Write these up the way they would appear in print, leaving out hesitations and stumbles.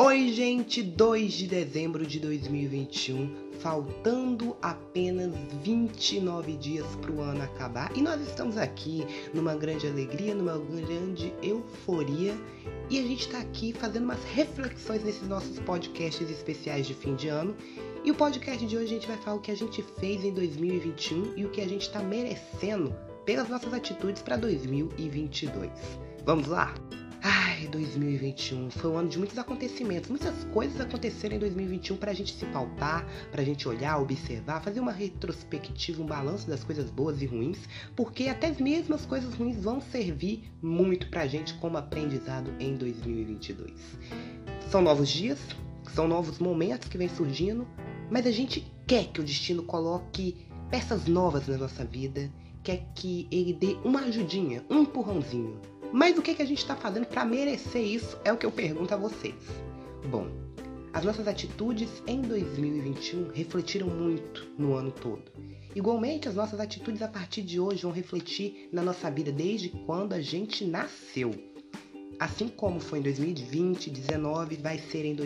Oi, gente, 2 de dezembro de 2021, faltando apenas 29 dias para o ano acabar. E nós estamos aqui numa grande alegria, numa grande euforia. E a gente está aqui fazendo umas reflexões nesses nossos podcasts especiais de fim de ano. E o podcast de hoje a gente vai falar o que a gente fez em 2021 e o que a gente está merecendo pelas nossas atitudes para 2022. Vamos lá? 2021 foi um ano de muitos acontecimentos, muitas coisas aconteceram em 2021 pra gente se pautar, pra gente olhar, observar, fazer uma retrospectiva, um balanço das coisas boas e ruins, porque até mesmo as coisas ruins vão servir muito pra gente como aprendizado em 2022. São novos dias, são novos momentos que vêm surgindo, mas a gente quer que o destino coloque peças novas na nossa vida, quer que ele dê uma ajudinha, um empurrãozinho. Mas o que a gente está fazendo para merecer isso é o que eu pergunto a vocês. Bom, as nossas atitudes em 2021 refletiram muito no ano todo. Igualmente, as nossas atitudes a partir de hoje vão refletir na nossa vida desde quando a gente nasceu. Assim como foi em 2020, 2019, vai ser em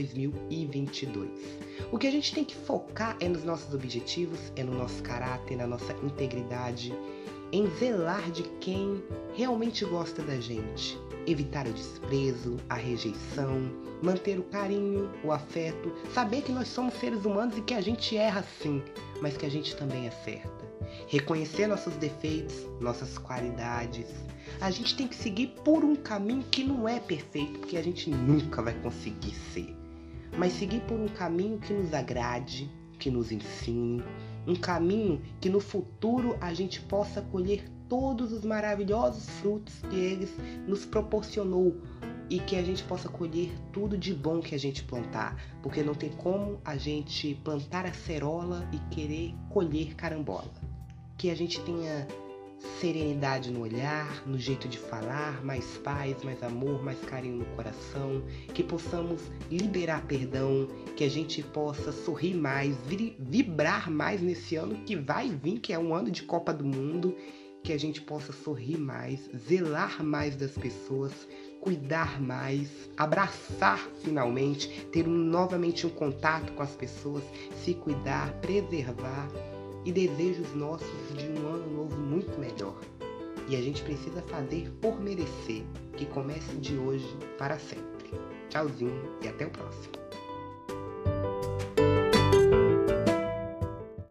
2022. O que a gente tem que focar é nos nossos objetivos, é no nosso caráter, na nossa integridade, em zelar de quem realmente gosta da gente, evitar o desprezo, a rejeição, manter o carinho, o afeto, saber que nós somos seres humanos e que a gente erra sim, mas que a gente também acerta. Reconhecer nossos defeitos, nossas qualidades. A gente tem que seguir por um caminho que não é perfeito, porque a gente nunca vai conseguir ser, mas seguir por um caminho que nos agrade, que nos ensine, um caminho que no futuro a gente possa colher todos os maravilhosos frutos que eles nos proporcionou e que a gente possa colher tudo de bom que a gente plantar, porque não tem como a gente plantar acerola e querer colher carambola. Que a gente tenha serenidade no olhar, no jeito de falar, mais paz, mais amor, mais carinho no coração, que possamos liberar perdão, que a gente possa sorrir mais, vibrar mais nesse ano que vai vir, que é um ano de Copa do Mundo, que a gente possa sorrir mais, zelar mais das pessoas, cuidar mais, abraçar finalmente, ter novamente um contato com as pessoas, se cuidar, preservar. E desejos nossos de um ano novo muito melhor. E a gente precisa fazer por merecer, que comece de hoje para sempre. Tchauzinho e até o próximo.